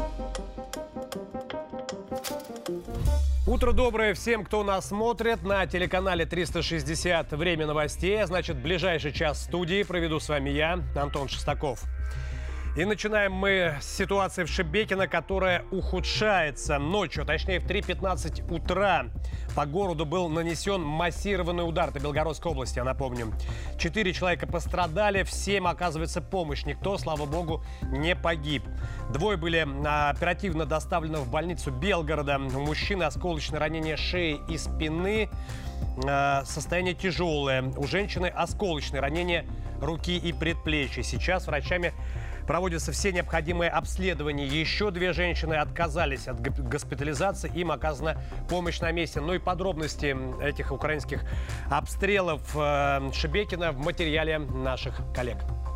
Утро доброе всем, кто нас смотрит на телеканале 360 «Время новостей». Значит, ближайший час в студии проведу с вами я, Антон Шестаков. И начинаем мы с ситуации в Шебекино, которая ухудшается. Ночью, точнее в 3:15 утра, по городу был нанесен массированный удар. Это Белгородской области, я напомню. 4 человека пострадали, всем оказывается помощь. Никто, слава богу, не погиб. 2 были оперативно доставлены в больницу Белгорода. У мужчины осколочное ранение шеи и спины. Состояние тяжелое. У женщины осколочное ранение руки и предплечья. Сейчас врачами проводятся все необходимые обследования. Еще 2 женщины отказались от госпитализации. Им оказана помощь на месте. Ну и подробности этих украинских обстрелов Шебекино в материале наших коллег.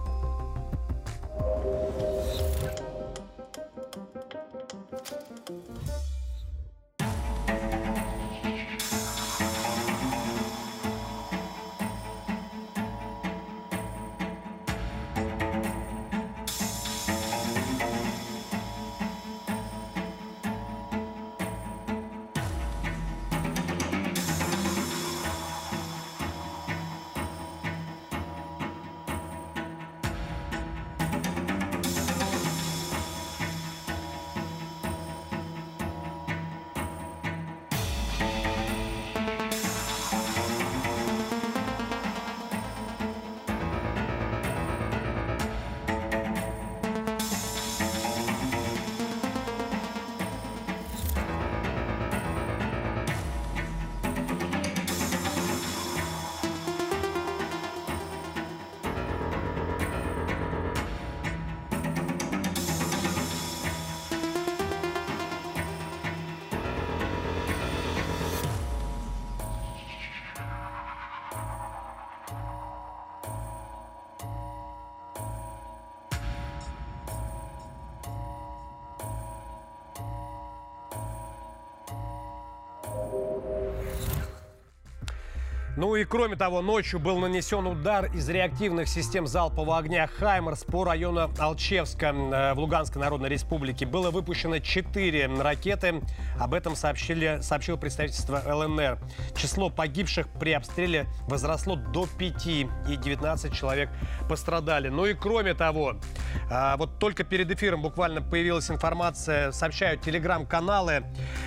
Ну и кроме того, ночью был нанесен удар из реактивных систем залпового огня «Хаймарс» по району Алчевска в Луганской Народной Республике. Было выпущено 4 ракеты. Об этом сообщило представительство ЛНР. Число погибших при обстреле возросло до 5, и 19 человек пострадали. Ну и кроме того, вот только перед эфиром буквально появилась информация, сообщают телеграм-каналы.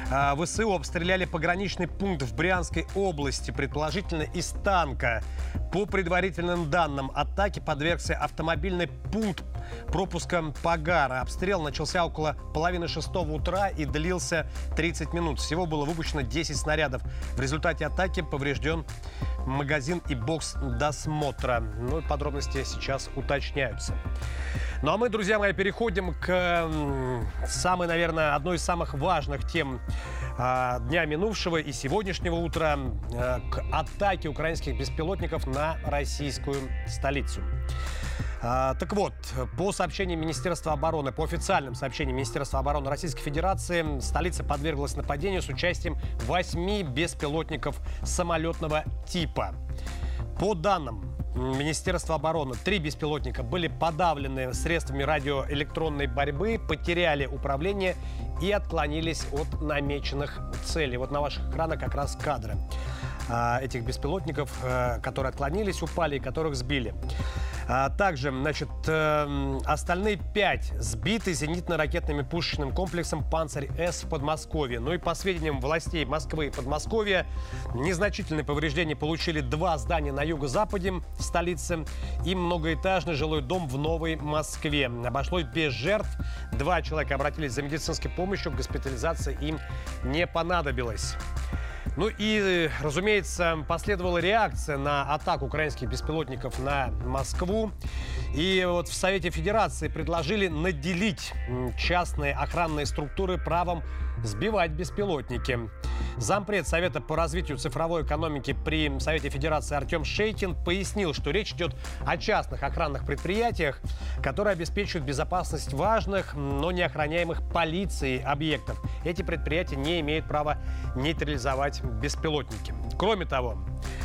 ВСУ обстреляли пограничный пункт в Брянской области, предположительно из танка. По предварительным данным, атаке подвергся автомобильный пункт пропуска Пагара. Обстрел начался около 5:30 утра и длился 30 минут. Всего было выпущено 10 снарядов. В результате атаки поврежден магазин и бокс досмотра. Ну, подробности сейчас уточняются. Ну а мы, друзья мои, переходим к самой, наверное, одной из самых важных тем дня минувшего и сегодняшнего утра, к атаке украинских беспилотников на российскую столицу. Так вот, по сообщениям Министерства обороны, по официальным сообщениям Министерства обороны Российской Федерации, столица подверглась нападению с участием 8 беспилотников самолетного типа. По данным Министерства обороны, 3 беспилотника были подавлены средствами радиоэлектронной борьбы, потеряли управление и отклонились от намеченных целей. Вот на ваших экранах как раз кадры этих беспилотников, которые отклонились, упали и которых сбили. Также, значит, остальные 5 сбиты зенитно-ракетными пушечным комплексом «Панцирь-С» в Подмосковье. Ну и по сведениям властей Москвы и Подмосковья, незначительные повреждения получили 2 здания на юго-западе столицы и многоэтажный жилой дом в Новой Москве. Обошлось без жертв. 2 человека обратились за медицинской помощью, госпитализация им не понадобилась. Ну и, разумеется, последовала реакция на атаку украинских беспилотников на Москву. И вот в Совете Федерации предложили наделить частные охранные структуры правом сбивать беспилотники. Зампред Совета по развитию цифровой экономики при Совете Федерации Артем Шейкин пояснил, что речь идет о частных охранных предприятиях, которые обеспечивают безопасность важных, но не охраняемых полицией объектов. Эти предприятия не имеют права нейтрализовать беспилотники. Кроме того,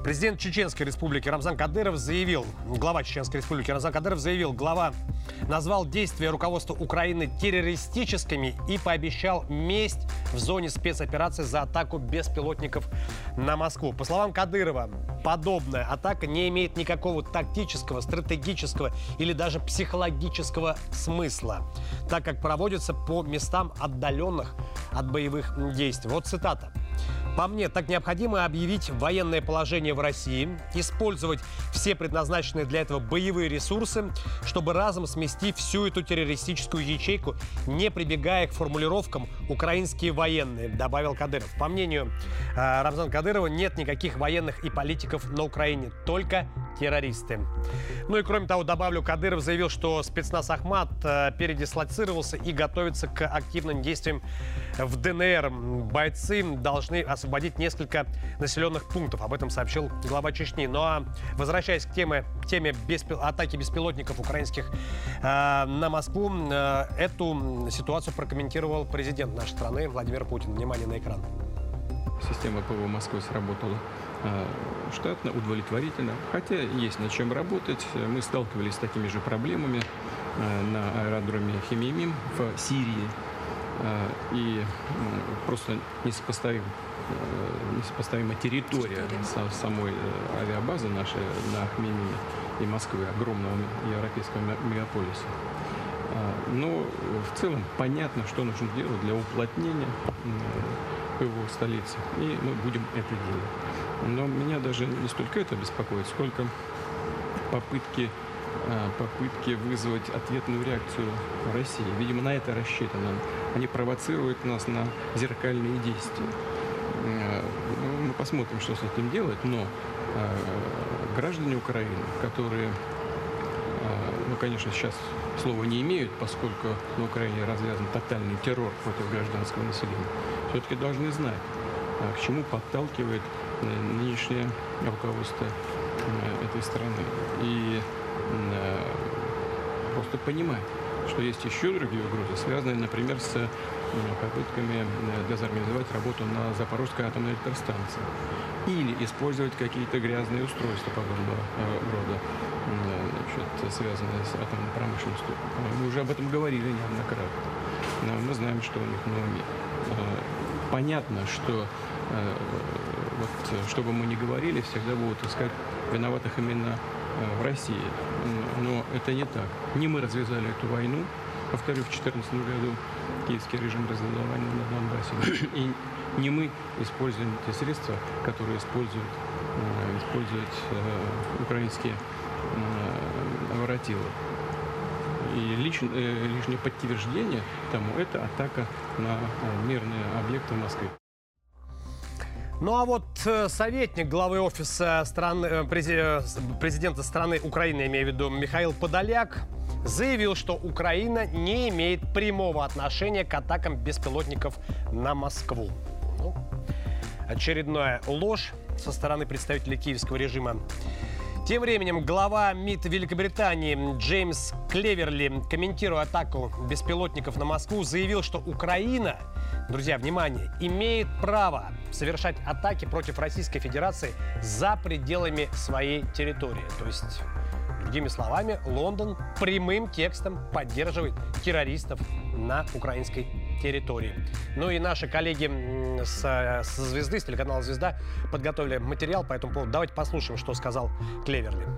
Президент Чеченской Республики Рамзан Кадыров заявил, глава Чеченской Республики Рамзан Кадыров заявил, назвал действия руководства Украины террористическими и пообещал месть в зоне спецоперации за атаку беспилотников на Москву. По словам Кадырова, подобная атака не имеет никакого тактического, стратегического или даже психологического смысла, так как проводится по местам, отдаленных от боевых действий. Вот цитата. По мне, так необходимо объявить военное положение в России, использовать все предназначенные для этого боевые ресурсы, чтобы разом смести всю эту террористическую ячейку, не прибегая к формулировкам «украинские военные», добавил Кадыров. По мнению Рамзана Кадырова, нет никаких военных и политиков на Украине, только террористы. Ну и кроме того, добавлю, Кадыров заявил, что спецназ Ахмат передислоцировался и готовится к активным действиям в ДНР. Бойцы должны освободить несколько населенных пунктов. Об этом сообщил глава Чечни. Ну а возвращаясь к теме атаки беспилотников украинских на Москву, эту ситуацию прокомментировал президент нашей страны Владимир Путин. Внимание на экран. Система ПВО Москвы сработала штатно, удовлетворительно. Хотя есть над чем работать. Мы сталкивались с такими же проблемами на аэродроме Хемеймим в Сирии. И просто несопоставима территория самой авиабазы нашей на Хмеймиме и Москвы, огромного европейского мегаполиса. Но в целом понятно, что нужно делать для уплотнения ПВО столицы, и мы будем это делать. Но меня даже не столько это беспокоит, сколько попытки вызвать ответную реакцию России. Видимо, на это рассчитано. Они провоцируют нас на зеркальные действия. Мы посмотрим, что с этим делать, но граждане Украины, которые, конечно, сейчас слова не имеют, поскольку на Украине развязан тотальный террор против гражданского населения, все-таки должны знать, к чему подталкивает нынешнее руководство этой страны. И просто понимать, что есть еще другие угрозы, связанные, например, с попытками дезорганизовать работу на Запорожской атомной электростанции или использовать какие-то грязные устройства подобного рода, связанные с атомной промышленностью. Мы уже об этом говорили неоднократно. Мы знаем, что у них на уме. Понятно, что что бы мы ни говорили, всегда будут искать виноватых именно в России. Но это не так. Не мы развязали эту войну, повторю, в 2014 году киевский режим развязал войну на Донбассе. И не мы используем те средства, которые используют украинские воротилы. И лишнее подтверждение тому – это атака на мирные объекты в Москве. Ну а вот советник главы офиса президента страны Украины, я имею в виду Михаил Подоляк, заявил, что Украина не имеет прямого отношения к атакам беспилотников на Москву. Ну, очередная ложь со стороны представителей киевского режима. Тем временем глава МИД Великобритании Джеймс Клеверли, комментируя атаку беспилотников на Москву, заявил, что Украина, друзья, внимание, имеет право совершать атаки против Российской Федерации за пределами своей территории. То есть, другими словами, Лондон прямым текстом поддерживает террористов на украинской территории. Ну и наши коллеги с «Звезды», с телеканала «Звезда» подготовили материал по этому поводу. Давайте послушаем, что сказал Клеверли.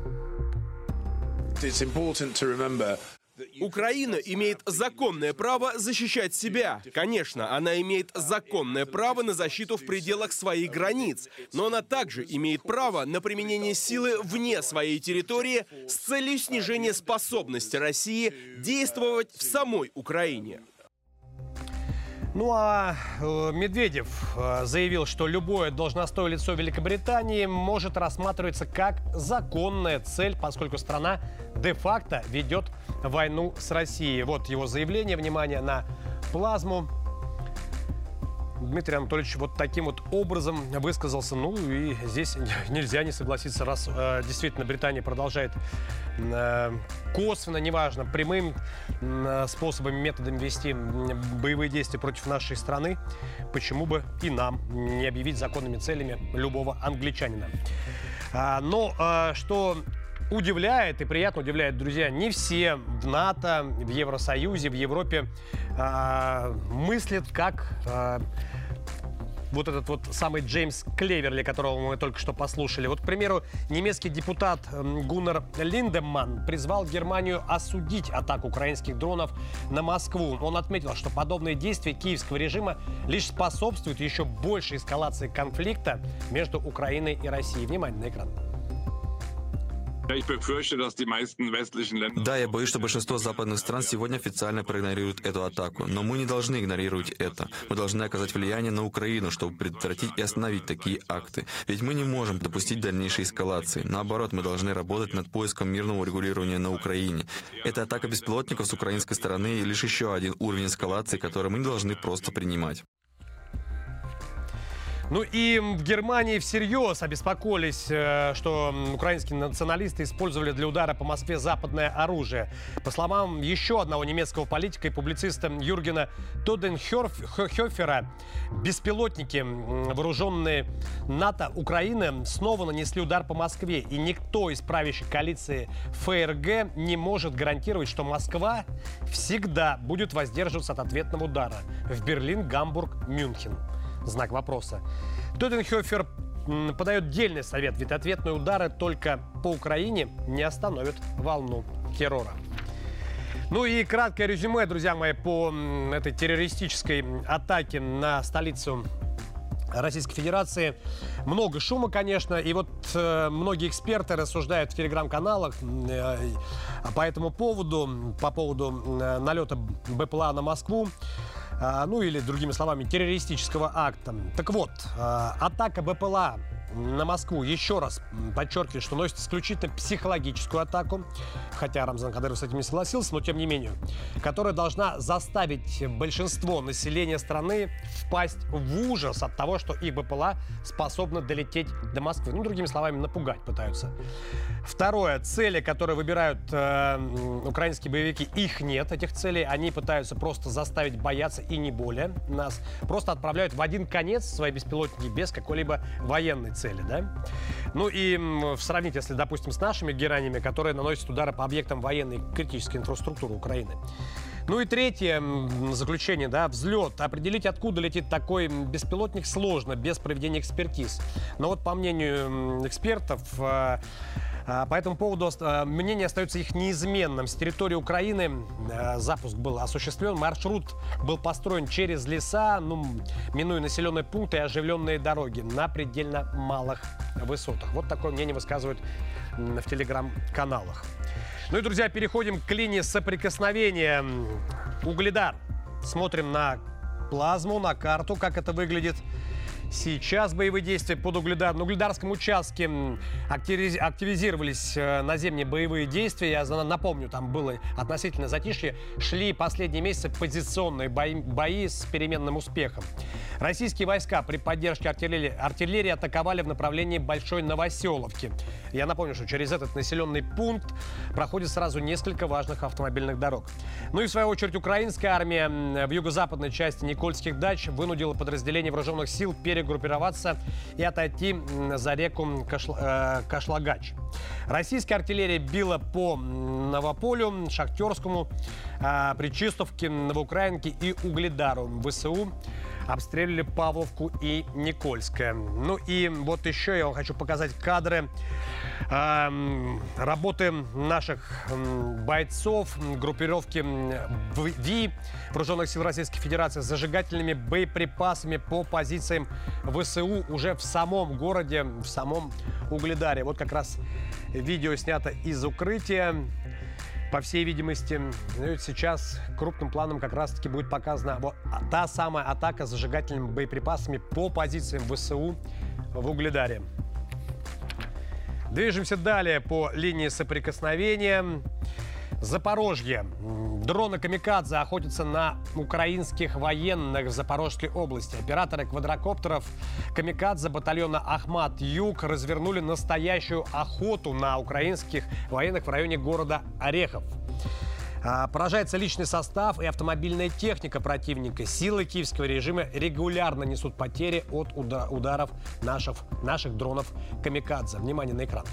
Украина имеет законное право защищать себя. Конечно, она имеет законное право на защиту в пределах своих границ, но она также имеет право на применение силы вне своей территории с целью снижения способности России действовать в самой Украине. Ну а Медведев заявил, что любое должностное лицо Великобритании может рассматриваться как законная цель, поскольку страна де-факто ведет войну с Россией. Вот его заявление. Внимание на плазму. Дмитрий Анатольевич вот таким вот образом высказался. Ну и здесь нельзя не согласиться, раз действительно Британия продолжает косвенно, неважно, прямым способами, методами вести боевые действия против нашей страны, почему бы и нам не объявить законными целями любого англичанина. Но что удивляет и приятно удивляет, друзья, не все в НАТО, в Евросоюзе, в Европе мыслят как вот этот вот самый Джеймс Клеверли, которого мы только что послушали. Вот, к примеру, немецкий депутат Гуннар Линдеманн призвал Германию осудить атаку украинских дронов на Москву. Он отметил, что подобные действия киевского режима лишь способствуют еще большей эскалации конфликта между Украиной и Россией. Внимание на экран. Да, я боюсь, что большинство западных стран сегодня официально проигнорируют эту атаку. Но мы не должны игнорировать это. Мы должны оказать влияние на Украину, чтобы предотвратить и остановить такие акты. Ведь мы не можем допустить дальнейшей эскалации. Наоборот, мы должны работать над поиском мирного урегулирования на Украине. Эта атака беспилотников с украинской стороны лишь еще один уровень эскалации, который мы не должны просто принимать. Ну и в Германии всерьез обеспокоились, что украинские националисты использовали для удара по Москве западное оружие. По словам еще одного немецкого политика и публициста Юргена Тоденхёфера, беспилотники, вооруженные НАТО Украины, снова нанесли удар по Москве. И никто из правящей коалиции ФРГ не может гарантировать, что Москва всегда будет воздерживаться от ответного удара в Берлин, Гамбург, Мюнхен. Знак вопроса. Тоденхёфер подает дельный совет, ведь ответные удары только по Украине не остановят волну террора. Ну и краткое резюме, друзья мои, по этой террористической атаке на столицу Российской Федерации. Много шума, конечно, и вот многие эксперты рассуждают в телеграм-каналах по этому поводу, по поводу налета БПЛА на Москву. Ну или, другими словами, террористического акта. Так вот, атака БПЛА на Москву, еще раз подчеркиваю, что носит исключительно психологическую атаку, хотя Рамзан Кадыров с этим не согласился, но тем не менее, которая должна заставить большинство населения страны впасть в ужас от того, что их БПЛА способны долететь до Москвы. Ну, другими словами, напугать пытаются. Второе. Цели, которые выбирают украинские боевики, их нет, этих целей. Они пытаются просто заставить бояться, и не более нас. Просто отправляют в один конец свои беспилотники без какой-либо военной цели, да? Ну и сравнить, если, допустим, с нашими героями, которые наносят удары по объектам военной критической инфраструктуры Украины. Ну и третье заключение, да, взлет. Определить, откуда летит такой беспилотник, сложно, без проведения экспертиз. Но вот по мнению экспертов, по этому поводу мнение остается их неизменным. С территории Украины запуск был осуществлен, маршрут был построен через леса, минуя населенные пункты и оживленные дороги на предельно малых высотах. Вот такое мнение высказывают в телеграм-каналах. Ну и, друзья, переходим к линии соприкосновения. Угледар. Смотрим на плазму, на карту, как это выглядит. Сейчас боевые действия под Угледаром. На Угледарском участке активизировались наземные боевые действия. Я напомню, там было относительно затишье. Шли последние месяцы позиционные бои с переменным успехом. Российские войска при поддержке артиллерии атаковали в направлении Большой Новоселовки. Я напомню, что через этот населенный пункт проходит сразу несколько важных автомобильных дорог. Ну и в свою очередь украинская армия в юго-западной части Никольских дач вынудила подразделения вооруженных сил перегруппироваться и отойти за реку Кашлагач. Российская артиллерия била по Новополю, Шахтерскому, Причистовке, Новоукраинке и Угледару. ВСУ обстреливали Павловку и Никольское. Ну и вот еще я вам хочу показать кадры работы наших бойцов группировки ВИ, Вооруженных сил Российской Федерации, с зажигательными боеприпасами по позициям ВСУ уже в самом городе, в самом Угледаре. Вот как раз видео снято из укрытия. По всей видимости, сейчас крупным планом как раз-таки будет показана вот та самая атака с зажигательными боеприпасами по позициям ВСУ в Угледаре. Движемся далее по линии соприкосновения. Запорожье. Дроны «Камикадзе» охотятся на украинских военных в Запорожской области. Операторы квадрокоптеров «Камикадзе» батальона «Ахмат-Юг» развернули настоящую охоту на украинских военных в районе города Орехов. Поражается личный состав и автомобильная техника противника. Силы киевского режима регулярно несут потери от ударов наших дронов «Камикадзе». Внимание на экран.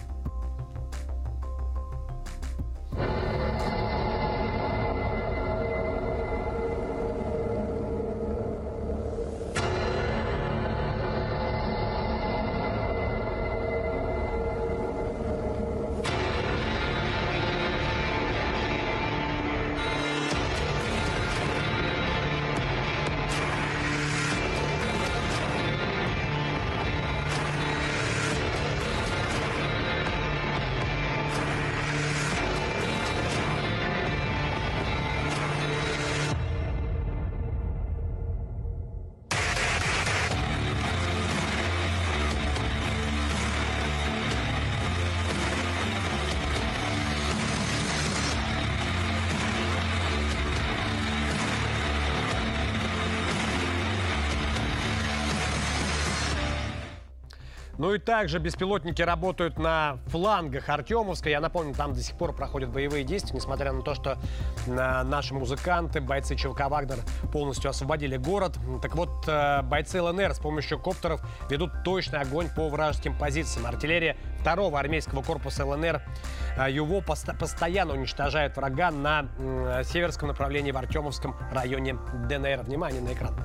Ну и также беспилотники работают на флангах Артемовска. Я напомню, там до сих пор проходят боевые действия, несмотря на то, что наши музыканты, бойцы ЧВК «Вагнер» полностью освободили город. Так вот, бойцы ЛНР с помощью коптеров ведут точный огонь по вражеским позициям. Артиллерия 2-го армейского корпуса ЛНР ЮВО постоянно уничтожает врага на северском направлении в Артемовском районе ДНР. Внимание на экран.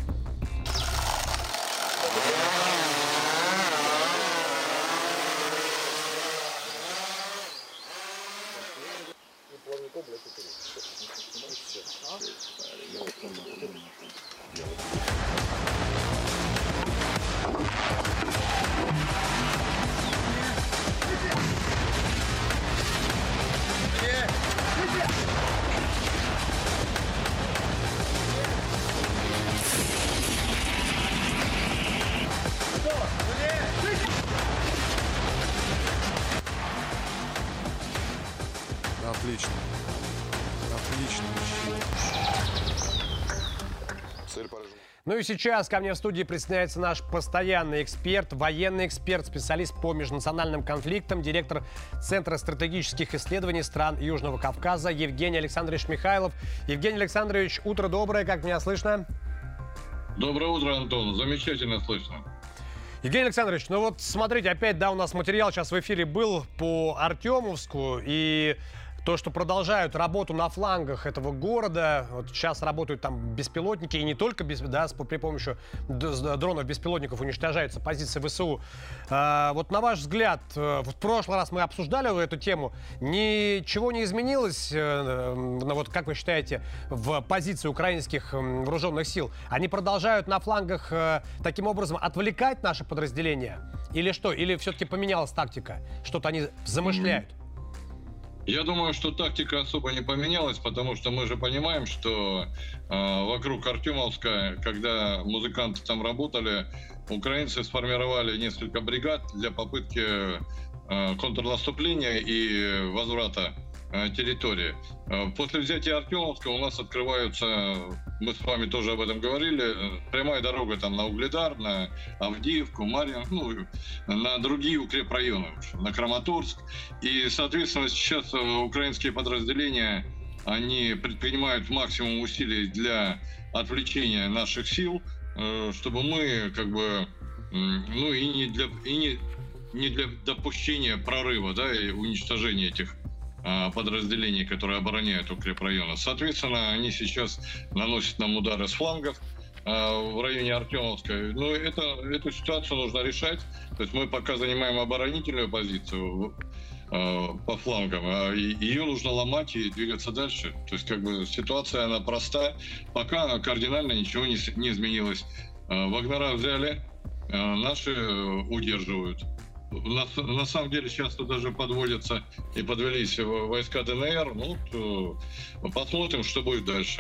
Отлично. Отлично. Цель поражена. Ну и сейчас ко мне в студии присоединяется наш постоянный эксперт, военный эксперт, специалист по межнациональным конфликтам, директор Центра стратегических исследований стран Южного Кавказа Евгений Александрович Михайлов. Евгений Александрович, утро доброе, как меня слышно? Доброе утро, Антон. Замечательно слышно. Евгений Александрович, ну вот смотрите, опять, да, у нас материал сейчас в эфире был по Артемовску, и то, что продолжают работу на флангах этого города, вот сейчас работают там беспилотники, и не только при помощи дронов-беспилотников уничтожаются позиции ВСУ. Вот на ваш взгляд, в прошлый раз мы обсуждали эту тему, ничего не изменилось, вот как вы считаете, в позиции украинских вооруженных сил? Они продолжают на флангах таким образом отвлекать наши подразделения? Или что? Или все-таки поменялась тактика? Что-то они замышляют? Я думаю, что тактика особо не поменялась, потому что мы же понимаем, что вокруг Артемовска, когда музыканты там работали, украинцы сформировали несколько бригад для попытки контрнаступления и возврата территории. После взятия Артемовска у нас открываются, мы с вами тоже об этом говорили, прямая дорога там на Угледар, на Авдеевку, Марьинку, ну, на другие укрепрайоны, на Краматорск. И, соответственно, сейчас украинские подразделения, они предпринимают максимум усилий для отвлечения наших сил, чтобы мы как бы, ну и не для допущения прорыва, да, и уничтожения этих подразделений, которые обороняют укрепрайоны. Соответственно, они сейчас наносят нам удары с флангов в районе Артемовска. Но эту ситуацию нужно решать. То есть мы пока занимаем оборонительную позицию по флангам, а ее нужно ломать и двигаться дальше. То есть как бы ситуация, она проста. Пока кардинально ничего не изменилось. Вагнера взяли, наши удерживают. На самом деле сейчас даже подводятся и подвелись войска ДНР. Ну, посмотрим, что будет дальше.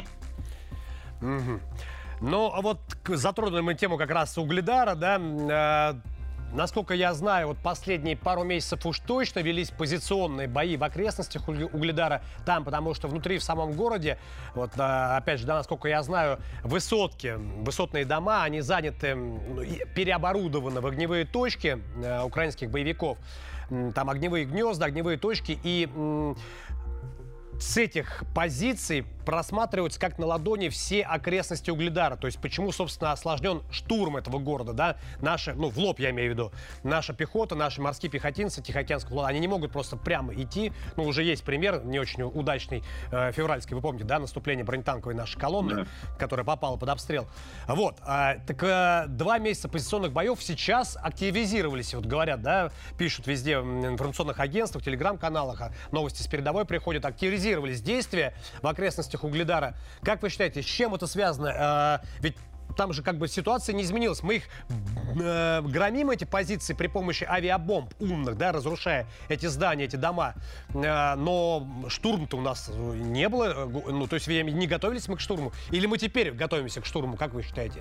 Ну, а вот затронули мы тему как раз Угледара, да. Насколько я знаю, вот последние пару месяцев уж точно велись позиционные бои в окрестностях Угледара там, потому что внутри, в самом городе, вот опять же, да, насколько я знаю, высотные дома, они заняты, переоборудованы в огневые точки украинских боевиков. Там огневые гнезда, огневые точки, и с этих позиций просматриваются как на ладони все окрестности Угледара. То есть почему, собственно, осложнен штурм этого города, да? Наши, ну, в лоб я имею в виду, наша пехота, наши морские пехотинцы Тихоокеанского флота, они не могут просто прямо идти. Ну, уже есть пример, не очень удачный, февральский, вы помните, да, наступление бронетанковой нашей колонны, которая попала под обстрел. Вот. Так 2 месяца позиционных боев сейчас активизировались, вот говорят, да, пишут везде в информационных агентствах, телеграм-каналах, новости с передовой приходят, активизировались действия в окрестностях Угледара. Как вы считаете, с чем это связано? Ведь там же как бы ситуация не изменилась. Мы их громим, эти позиции, при помощи авиабомб умных, да, разрушая эти здания, эти дома. Но штурм-то у нас не было. Ну, то есть не готовились мы к штурму? Или мы теперь готовимся к штурму? Как вы считаете?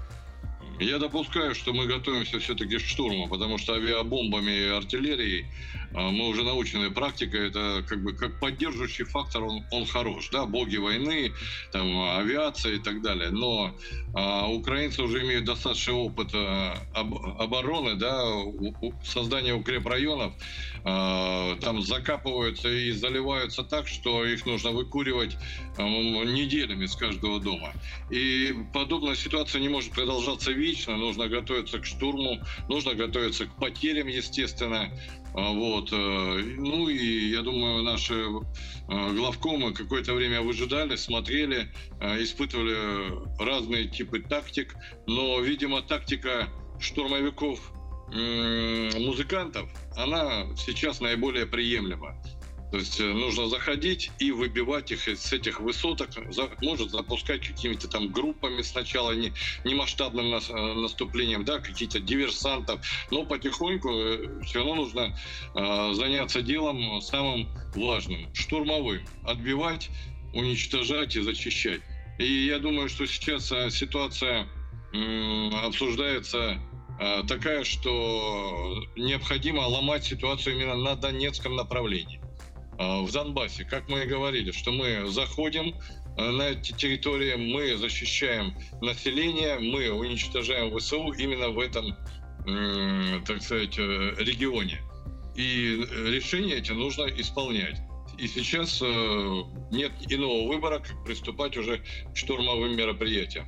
Я допускаю, что мы готовимся все-таки к штурму, потому что авиабомбами и артиллерией мы уже научены практикой, это как бы как поддерживающий фактор, он хорош, да, боги войны, там, авиация и так далее. Но украинцы уже имеют достаточный опыт обороны, да, создания укрепрайонов, там закапываются и заливаются так, что их нужно выкуривать неделями с каждого дома. И подобная ситуация не может продолжаться вечно, нужно готовиться к штурму, нужно готовиться к потерям, естественно. Вот. Ну и я думаю, наши главкомы какое-то время выжидали, смотрели, испытывали разные типы тактик, но, видимо, тактика штурмовиков музыкантов, она сейчас наиболее приемлема. То есть нужно заходить и выбивать их с этих высоток, может запускать какими-то там группами сначала, не масштабным наступлением, да, какие-то диверсантов, но потихоньку все равно нужно заняться делом самым важным, штурмовым, отбивать, уничтожать и зачищать. И я думаю, что сейчас ситуация обсуждается такая, что необходимо ломать ситуацию именно на Донецком направлении. В Донбассе, как мы и говорили, что мы заходим на эти территории, мы защищаем население, мы уничтожаем ВСУ именно в этом, так сказать, регионе. И решения эти нужно исполнять. И сейчас нет иного выбора, как приступать уже к штурмовым мероприятиям.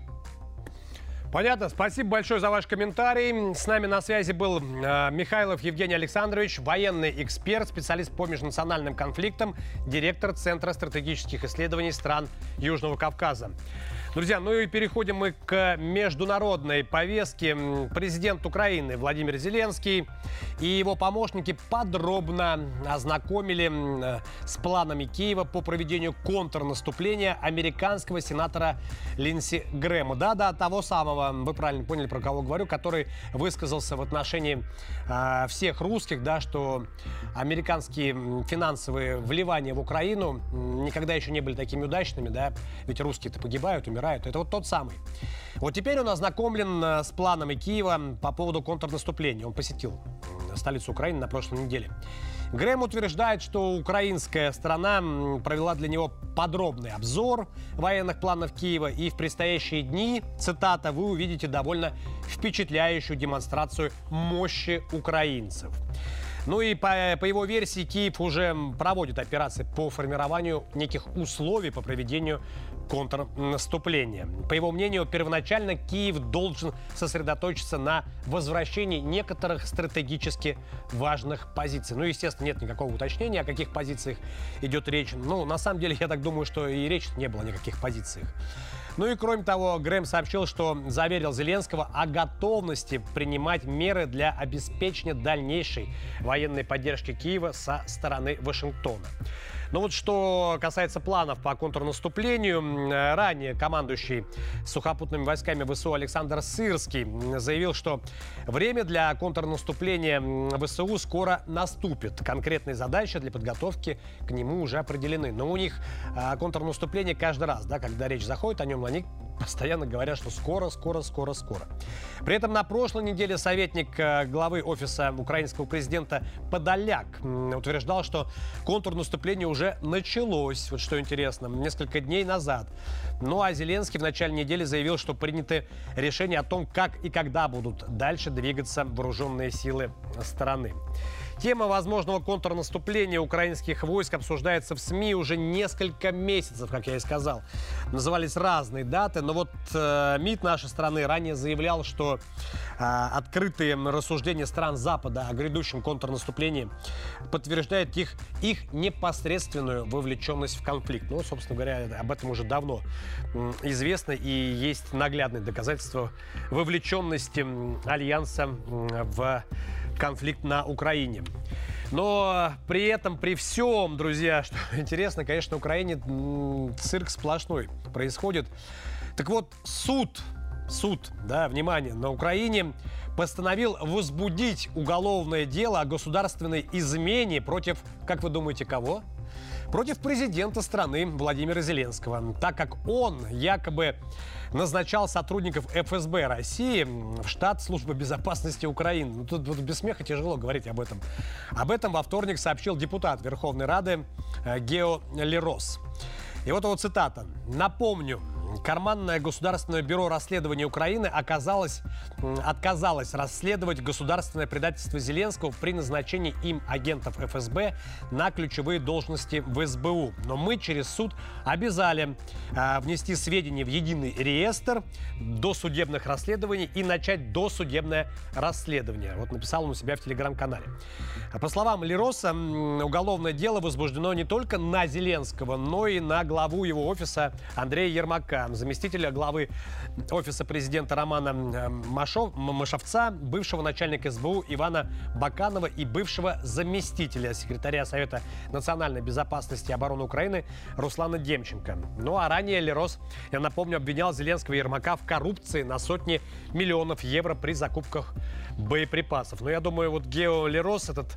Понятно. Спасибо большое за ваш комментарий. С нами на связи был Михайлов Евгений Александрович, военный эксперт, специалист по межнациональным конфликтам, директор Центра стратегических исследований стран Южного Кавказа. Друзья, ну и переходим мы к международной повестке. Президент Украины Владимир Зеленский и его помощники подробно ознакомили с планами Киева по проведению контрнаступления американского сенатора Линдси Грэма. Да, того самого, вы правильно поняли, про кого говорю, который высказался в отношении всех русских, да, что американские финансовые вливания в Украину никогда еще не были такими удачными, да, ведь русские-то погибают, умирают. Это вот тот самый. Вот теперь он ознакомлен с планами Киева по поводу контрнаступления. Он посетил столицу Украины на прошлой неделе. Грэм утверждает, что украинская сторона провела для него подробный обзор военных планов Киева, и в предстоящие дни, цитата, вы увидите довольно впечатляющую демонстрацию мощи украинцев. Ну и по его версии, Киев уже проводит операции по формированию неких условий по проведению контрнаступления. По его мнению, первоначально Киев должен сосредоточиться на возвращении некоторых стратегически важных позиций. Ну, естественно, нет никакого уточнения, о каких позициях идет речь. Ну, на самом деле, я так думаю, что и речи не было ни о каких позициях. Ну и кроме того, Грэм сообщил, что заверил Зеленского о готовности принимать меры для обеспечения дальнейшей военной поддержки Киева со стороны Вашингтона. Но вот что касается планов по контрнаступлению, ранее командующий сухопутными войсками ВСУ Александр Сырский заявил, что время для контрнаступления ВСУ скоро наступит. Конкретные задачи для подготовки к нему уже определены. Но у них контрнаступление каждый раз, да, когда речь заходит о нем, они постоянно говорят, что скоро. При этом на прошлой неделе советник главы офиса украинского президента Подоляк утверждал, что контрнаступление уже началось, вот что интересно, несколько дней назад. Ну а Зеленский в начале недели заявил, что приняты решения о том, как и когда будут дальше двигаться вооруженные силы страны. Тема возможного контрнаступления украинских войск обсуждается в СМИ уже несколько месяцев, как я и сказал. Назывались разные даты, но вот МИД нашей страны ранее заявлял, что открытые рассуждения стран Запада о грядущем контрнаступлении подтверждают их непосредственную вовлеченность в конфликт. Ну, собственно говоря, об этом уже давно известно, и есть наглядные доказательства вовлеченности Альянса в конфликт на Украине. Но при этом, при всем, друзья, что интересно, конечно, на Украине цирк сплошной происходит. Так вот, суд, да, внимание, на Украине постановил возбудить уголовное дело о государственной измене против, как вы думаете, кого? Против президента страны Владимира Зеленского, так как он якобы назначал сотрудников ФСБ России в штат Службы безопасности Украины. Ну, тут без смеха тяжело говорить об этом. Об этом во вторник сообщил депутат Верховной Рады Гео Лерос. И вот его цитата. «Напомню, Карманное государственное бюро расследования Украины отказалось расследовать государственное предательство Зеленского при назначении им агентов ФСБ на ключевые должности в СБУ. Но мы через суд обязали внести сведения в единый реестр досудебных расследований и начать досудебное расследование». Вот написал он у себя в телеграм-канале. По словам Лероса, уголовное дело возбуждено не только на Зеленского, но и на главу его офиса Андрея Ермака, заместителя главы офиса президента Романа Машовца, бывшего начальника СБУ Ивана Баканова и бывшего заместителя секретаря Совета национальной безопасности и обороны Украины Руслана Демченко. Ну а ранее Лерос, я напомню, обвинял Зеленского и Ермака в коррупции на сотни миллионов евро при закупках боеприпасов. Но я думаю, вот Гео Лерос, этот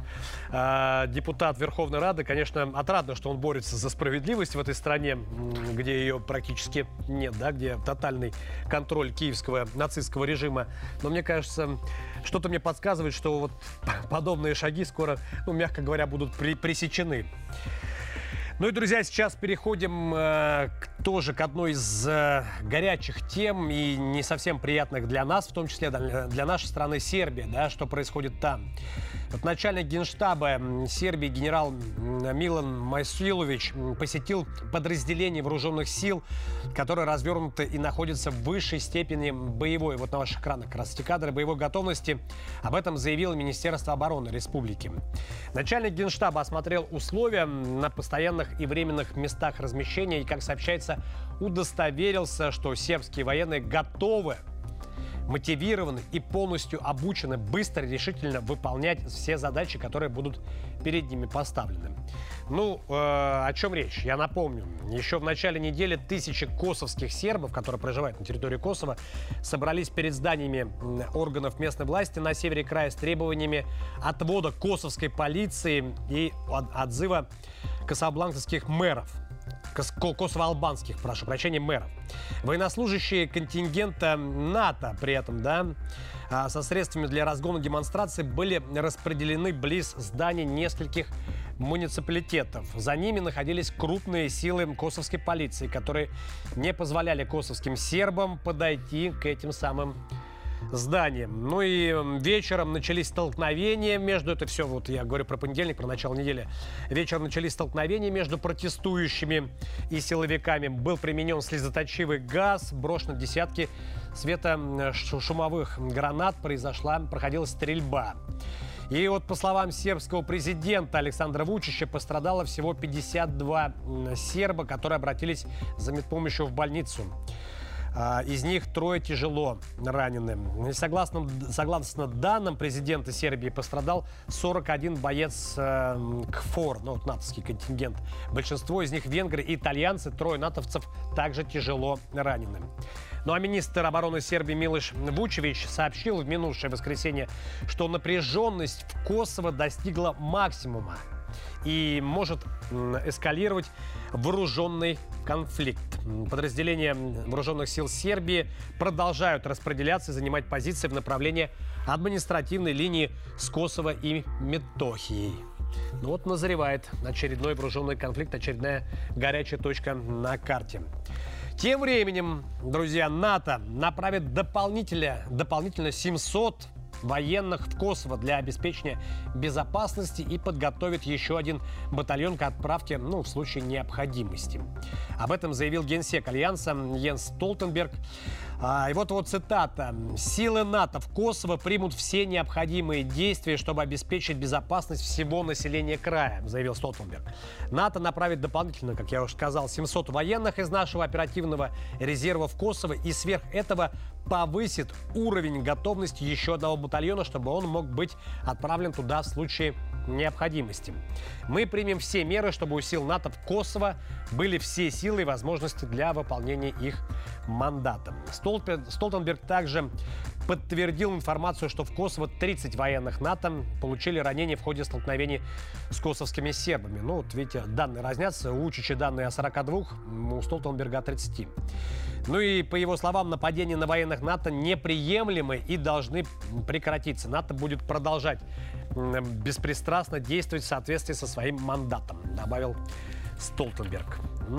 депутат Верховной Рады, конечно, отрадно, что он борется за справедливость в этой стране, где ее практически нет, да, где тотальный контроль киевского нацистского режима. Но мне кажется, что-то мне подсказывает, что вот подобные шаги скоро, ну, мягко говоря, будут пресечены. Ну и, друзья, сейчас переходим тоже к одной из горячих тем и не совсем приятных для нас, в том числе для нашей страны, Сербия, да, что происходит там. Вот начальник Генштаба Сербии генерал Милан Майсилович посетил подразделение вооруженных сил, которые развернуты и находятся в высшей степени боевой. Вот на ваших экранах как раз эти кадры боевой готовности. Об этом заявило Министерство обороны республики. Начальник Генштаба осмотрел условия на постоянных и временных местах размещения и, как сообщается, удостоверился, что сербские военные готовы, мотивированы и полностью обучены быстро и решительно выполнять все задачи, которые будут перед ними поставлены. Ну, о чем речь? Я напомню, еще в начале недели тысячи косовских сербов, которые проживают на территории Косово, собрались перед зданиями органов местной власти на севере края с требованиями отвода косовской полиции и отзыва кособланских мэров. Косово-албанских, прошу прощения, мэров. Военнослужащие контингента НАТО при этом, да, со средствами для разгона демонстраций были распределены близ зданий нескольких муниципалитетов. За ними находились крупные силы косовской полиции, которые не позволяли косовским сербам подойти к этим самым зданием. Ну и вечером начались столкновения между... Это все, вот я говорю про понедельник, про начало недели. Вечером начались столкновения между протестующими и силовиками. Был применен слезоточивый газ, брошены десятки светошумовых гранат, проходила стрельба. И вот по словам сербского президента Александра Вучича, пострадало всего 52 серба, которые обратились за медпомощью в больницу. Из них 3 тяжело ранены. Согласно данным президента Сербии, пострадал 41 боец КФОР, ну, вот натовский контингент. Большинство из них венгры и итальянцы, 3 натовцев также тяжело ранены. Ну а министр обороны Сербии Милош Вучевич сообщил в минувшее воскресенье, что напряженность в Косово достигла максимума и может эскалировать вооруженный конфликт. Подразделения вооруженных сил Сербии продолжают распределяться и занимать позиции в направлении административной линии с Косово и Метохией. Ну вот назревает очередной вооруженный конфликт, очередная горячая точка на карте. Тем временем, друзья, НАТО направит дополнительно 700 военных в Косово для обеспечения безопасности и подготовит еще один батальон к отправке, в случае необходимости. Об этом заявил генсек Альянса Йенс Столтенберг. И вот цитата. «Силы НАТО в Косово примут все необходимые действия, чтобы обеспечить безопасность всего населения края», заявил Столтенберг. НАТО направит дополнительно, как я уже сказал, 700 военных из нашего оперативного резерва в Косово и сверх этого повысит уровень готовности еще одного батальона, чтобы он мог быть отправлен туда в случае необходимости. «Мы примем все меры, чтобы у сил НАТО в Косово были все силы и возможности для выполнения их мандата». Столтенберг также подтвердил информацию, что в Косово 30 военных НАТО получили ранения в ходе столкновений с косовскими сербами. Видите, данные разнятся. У Вучича данные о 42, у Столтенберга о 30. И по его словам, нападения на военных НАТО неприемлемы и должны прекратиться. НАТО будет продолжать беспристрастно действовать в соответствии со своим мандатом, добавил Столтенберг.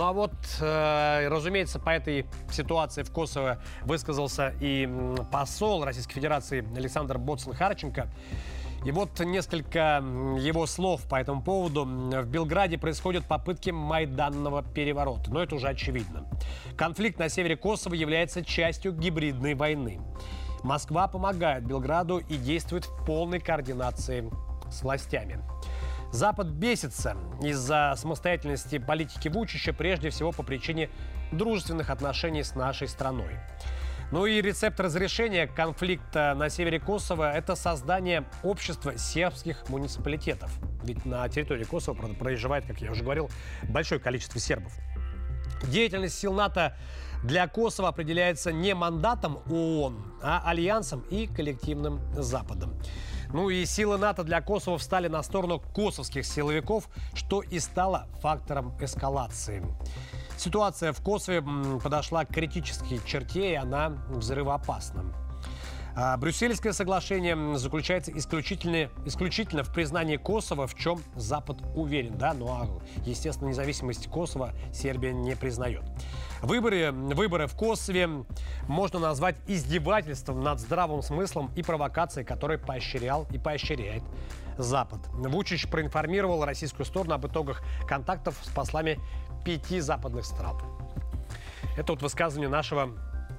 Разумеется, по этой ситуации в Косово высказался и посол Российской Федерации Александр Боцман-Харченко. И несколько его слов по этому поводу. В Белграде происходят попытки майданного переворота. Но это уже очевидно. Конфликт на севере Косово является частью гибридной войны. Москва помогает Белграду и действует в полной координации с властями. Запад бесится из-за самостоятельности политики Вучича, прежде всего по причине дружественных отношений с нашей страной. И рецепт разрешения конфликта на севере Косово – это создание общества сербских муниципалитетов. Ведь на территории Косово проживает, как я уже говорил, большое количество сербов. Деятельность сил НАТО для Косово определяется не мандатом ООН, а альянсом и коллективным Западом. И силы НАТО для Косово встали на сторону косовских силовиков, что и стало фактором эскалации. Ситуация в Косове подошла к критической черте, и она взрывоопасна. Брюссельское соглашение заключается исключительно в признании Косово, в чем Запад уверен. Естественно, независимость Косово Сербия не признает. Выборы в Косове можно назвать издевательством над здравым смыслом и провокацией, которые поощрял и поощряет Запад. Вучич проинформировал российскую сторону об итогах контактов с послами 5 западных стран. Это высказывание нашего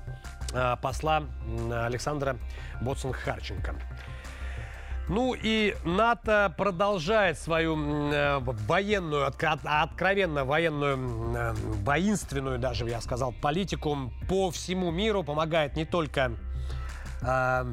посла Александра Боцман-Харченко. И НАТО продолжает свою откровенно военную, воинственную даже, я сказал, политику по всему миру. Помогает не только в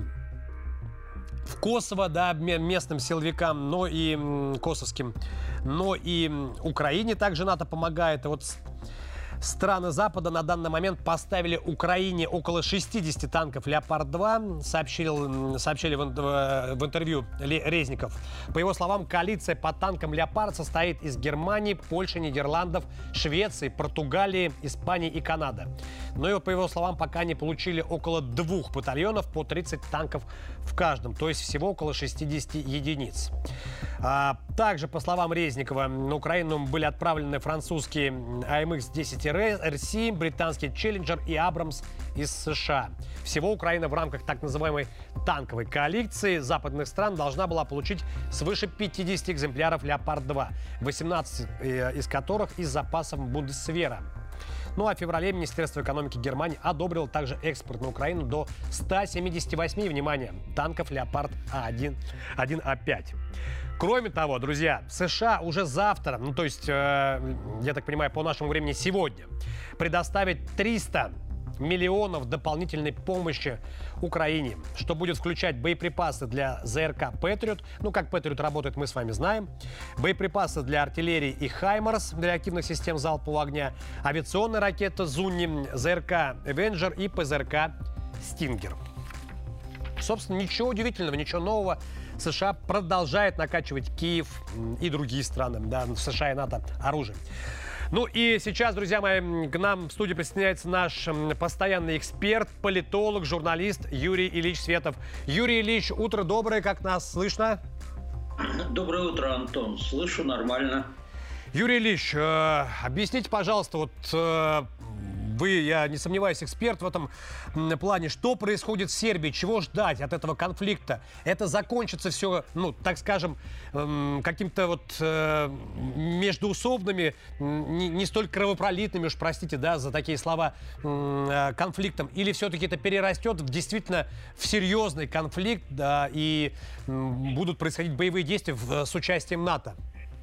Косово, местным силовикам, но и косовским, но и Украине также НАТО помогает. Страны Запада на данный момент поставили Украине около 60 танков «Леопард-2», сообщили в интервью Резников. По его словам, коалиция по танкам «Леопард» состоит из Германии, Польши, Нидерландов, Швеции, Португалии, Испании и Канады. Но по его словам, пока они получили около 2 батальонов по 30 танков в каждом, то есть всего около 60 единиц. Также, по словам Резникова, на Украину были отправлены французские АМХ-10РС, британский «Челленджер» и «Абрамс» из США. Всего Украина в рамках так называемой танковой коалиции западных стран должна была получить свыше 50 экземпляров «Леопард-2», 18 из которых из запасов Бундесвера. А в феврале Министерство экономики Германии одобрило также экспорт на Украину до 178, внимание, танков «Леопард-1», 1А5. Кроме того, друзья, США уже завтра, я так понимаю, по нашему времени сегодня, предоставит 300 миллионов дополнительной помощи Украине, что будет включать боеприпасы для ЗРК «Патриот». Как «Патриот» работает, мы с вами знаем. Боеприпасы для артиллерии и «Хаймарс» для реактивных систем залпового огня, авиационная ракета «Зунни», ЗРК «Эвенджер» и ПЗРК «Стингер». Собственно, ничего удивительного, ничего нового. США продолжает накачивать Киев и другие страны, США и НАТО, оружием. И сейчас, друзья мои, к нам в студию присоединяется наш постоянный эксперт, политолог, журналист Юрий Ильич Светов. Юрий Ильич, утро доброе, как нас слышно? Доброе утро, Антон. Слышу нормально. Юрий Ильич, объясните, пожалуйста, вы, я не сомневаюсь, эксперт в этом плане. Что происходит в Сербии? Чего ждать от этого конфликта? Это закончится все, ну, так скажем, каким-то вот междуусобными, не столь кровопролитными, уж простите, да, за такие слова, конфликтом? Или все-таки это перерастет действительно в серьезный конфликт, да, и будут происходить боевые действия с участием НАТО?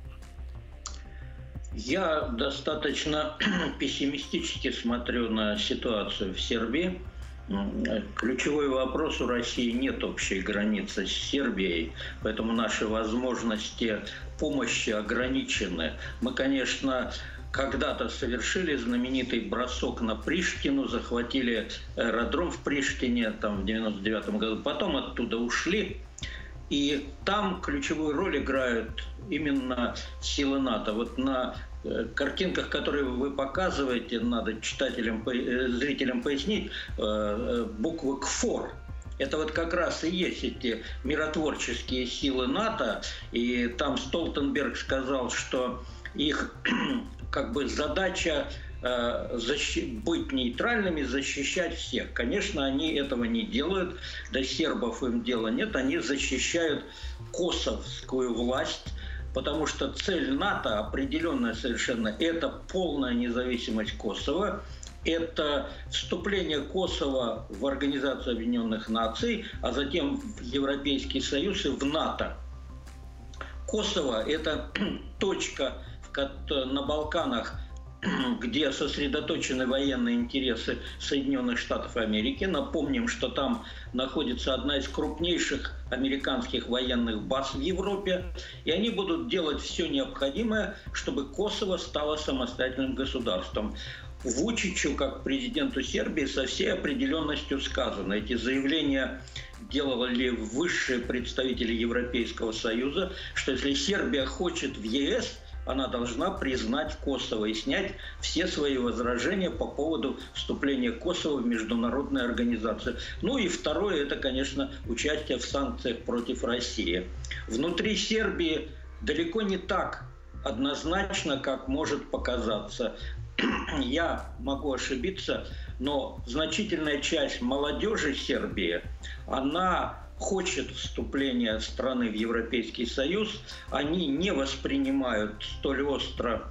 Я достаточно пессимистически смотрю на ситуацию в Сербии. Ключевой вопрос: у России нет общей границы с Сербией, поэтому наши возможности помощи ограничены. Мы, конечно, когда-то совершили знаменитый бросок на Приштину, захватили аэродром в Приштине там, в 1999 году, потом оттуда ушли. И там ключевую роль играют именно силы НАТО. Вот на картинках, которые вы показываете, надо читателям, зрителям пояснить, буквы КФОР. Это вот как раз и есть эти миротворческие силы НАТО. И там Столтенберг сказал, что их как бы задача быть нейтральными, защищать всех. Конечно, они этого не делают, до сербов им дела нет, они защищают косовскую власть, потому что цель НАТО определенная совершенно – это полная независимость Косово, это вступление Косово в Организацию Объединенных Наций, а затем в Европейский Союз и в НАТО. Косово – это точка на Балканах, где сосредоточены военные интересы Соединенных Штатов Америки. Напомним, что там находится одна из крупнейших американских военных баз в Европе. И они будут делать все необходимое, чтобы Косово стало самостоятельным государством. Вучичу, как президенту Сербии, со всей определенностью сказано. Эти заявления делали высшие представители Европейского Союза, что если Сербия хочет в ЕС, она должна признать Косово и снять все свои возражения по поводу вступления Косово в международные организации. Ну и второе – это, конечно, участие в санкциях против России. Внутри Сербии далеко не так однозначно, как может показаться. Я могу ошибиться, но значительная часть молодежи Сербии, она хочет вступления страны в Европейский Союз, они не воспринимают столь остро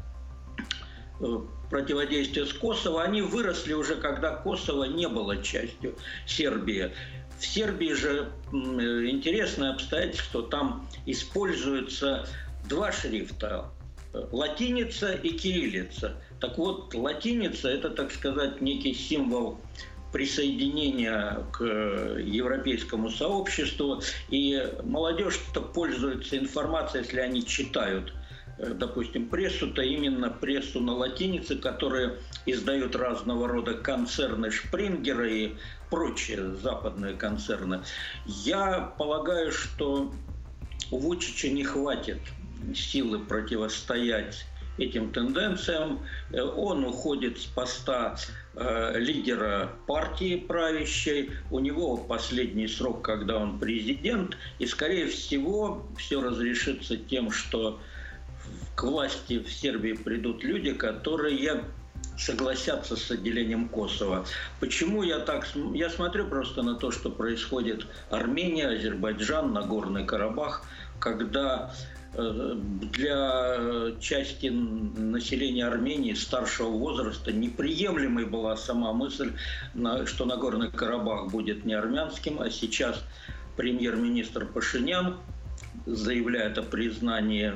противодействие с Косово. Они выросли уже, когда Косово не было частью Сербии. В Сербии же интересное обстоятельство, там используются два шрифта – латиница и кириллица. Так вот, латиница – это, так сказать, некий символ присоединения к европейскому сообществу, и молодежь-то пользуется информацией, если они читают, допустим, прессу, то именно прессу на латинице, которые издают разного рода концерны Шпрингера и прочие западные концерны. Я полагаю, что у Вучича не хватит силы противостоять этим тенденциям. Он уходит с поста лидера партии правящей. У него последний срок, когда он президент. И, скорее всего, все разрешится тем, что к власти в Сербии придут люди, которые согласятся с отделением Косово. Почему я так? Я смотрю просто на то, что происходит Армения, Азербайджан, Нагорный Карабах, когда для части населения Армении старшего возраста неприемлемой была сама мысль, что Нагорный Карабах будет не армянским, а сейчас премьер-министр Пашинян заявляет о признании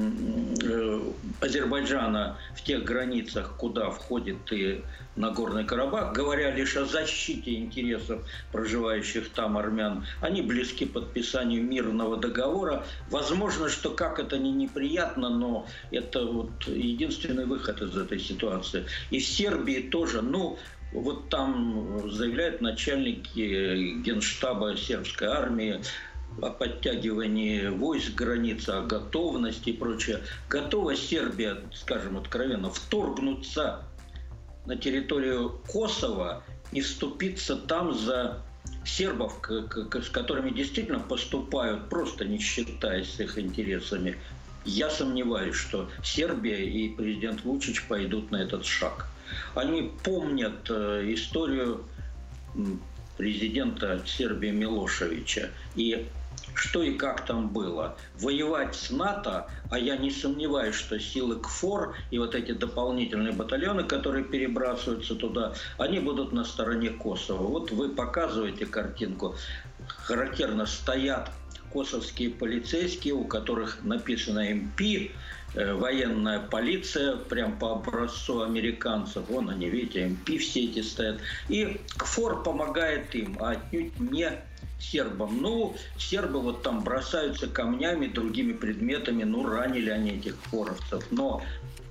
Азербайджана в тех границах, куда входит и Нагорный Карабах, говоря лишь о защите интересов проживающих там армян. Они близки к подписанию мирного договора. Возможно, что как это ни неприятно, но это вот единственный выход из этой ситуации. И в Сербии тоже, вот там заявляют начальники генштаба сербской армии о подтягивании войск, границ, о готовности и прочее. Готова Сербия, скажем откровенно, вторгнуться на территорию Косово и вступиться там за сербов, с которыми действительно поступают, просто не считаясь с их интересами. Я сомневаюсь, что Сербия и президент Вучич пойдут на этот шаг. Они помнят историю президента Сербии Милошевича и что и как там было. Воевать с НАТО, а я не сомневаюсь, что силы КФОР и вот эти дополнительные батальоны, которые перебрасываются туда, они будут на стороне Косово. Вот вы показываете картинку. Характерно стоят косовские полицейские, у которых написано МП, военная полиция, прям по образцу американцев. Вон они, видите, МП все эти стоят. И КФОР помогает им, а отнюдь не сербам. Ну, сербы вот там бросаются камнями, другими предметами, ну, ранили они этих форовцев. Но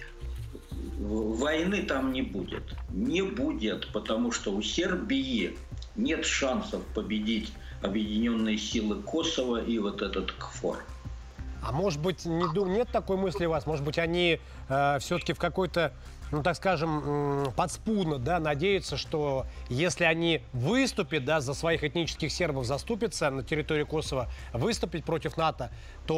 войны там не будет. Не будет, потому что у Сербии нет шансов победить объединенные силы Косово и вот этот КФОР. А может быть, нет такой мысли у вас? Может быть, они все-таки в какой-то, ну, так скажем, подспудно, да, надеются, что если они выступят, да, за своих этнических сербов, заступятся на территории Косово, выступить против НАТО,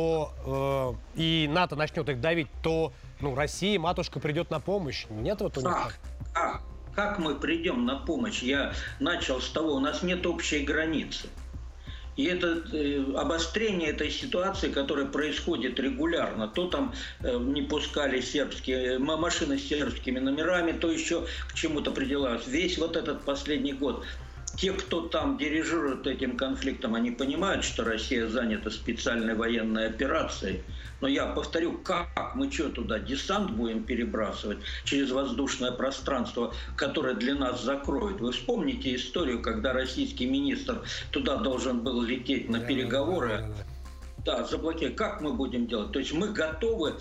то и НАТО начнет их давить, то, ну, Россия, матушка, придет на помощь. Нет вот у них? Как мы придем на помощь? Я начал с того, у нас нет общей границы. И это обострение этой ситуации, которая происходит регулярно, то там не пускали машины с сербскими номерами, то еще к чему-то придиралось. Весь вот этот последний год. Те, кто там дирижирует этим конфликтом, они понимают, что Россия занята специальной военной операцией. Но я повторю, как мы что туда, десант будем перебрасывать через воздушное пространство, которое для нас закроет? Вы вспомните историю, когда российский министр туда должен был лететь на переговоры. Да, заблокировать. Как мы будем делать? То есть мы готовы.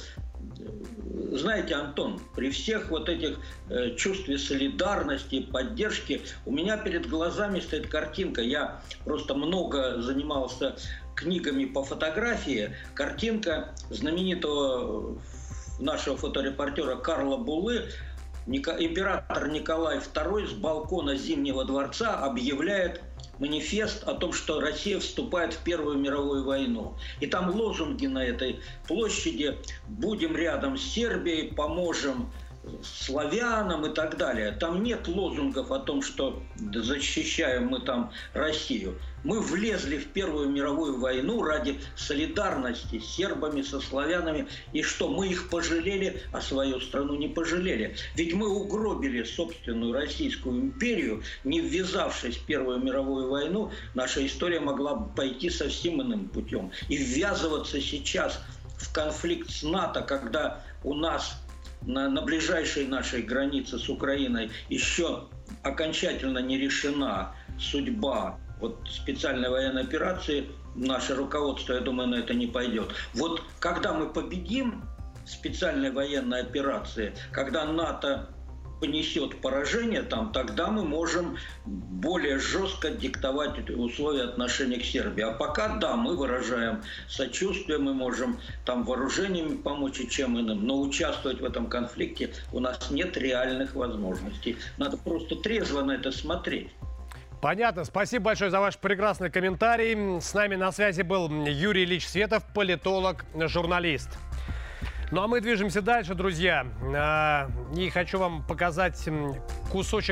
Знаете, Антон, при всех вот этих чувстве солидарности и поддержки у меня перед глазами стоит картинка. Я просто много занимался книгами по фотографии. Картинка знаменитого нашего фоторепортера Карла Булы. Император Николай II с балкона Зимнего дворца объявляет манифест о том, что Россия вступает в Первую мировую войну. И там лозунги на этой площади: «Будем рядом с Сербией, поможем славянам» и так далее. Там нет лозунгов о том, что защищаем мы там Россию. Мы влезли в Первую мировую войну ради солидарности с сербами, со славянами. И что, мы их пожалели, а свою страну не пожалели? Ведь мы угробили собственную Российскую империю, не ввязавшись в Первую мировую войну. Наша история могла бы пойти совсем иным путем. И ввязываться сейчас в конфликт с НАТО, когда у нас на ближайшей нашей границе с Украиной еще окончательно не решена судьба вот специальной военной операции, наше руководство, я думаю, на это не пойдет. Вот когда мы победим в специальной военной операции, когда НАТО понесет поражение там, тогда мы можем более жестко диктовать условия отношения к Сербии. А пока, да, мы выражаем сочувствие, мы можем там вооружениями помочь и чем иным, но участвовать в этом конфликте у нас нет реальных возможностей. Надо просто трезво на это смотреть. Понятно. Спасибо большое за ваш прекрасный комментарий. С нами на связи был Юрий Ильич Светов, политолог, журналист. Ну а мы движемся дальше, друзья. И хочу вам показать кусочек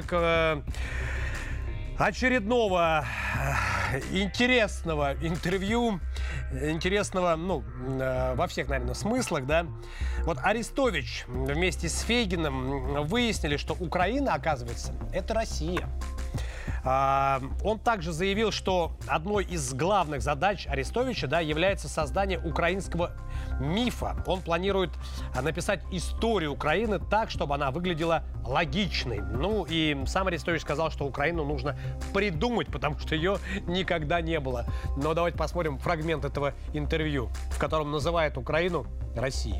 очередного интересного интервью. Интересного, ну, во всех, наверное, смыслах, да. Вот Арестович вместе с Фейгиным выяснили, что Украина, оказывается, это Россия. Он также заявил, что одной из главных задач Арестовича, да, является создание украинского мифа. Он планирует написать историю Украины так, чтобы она выглядела логичной. Ну и сам Арестович сказал, что Украину нужно придумать, потому что ее никогда не было. Но давайте посмотрим фрагмент этого интервью, в котором называет Украину Россией.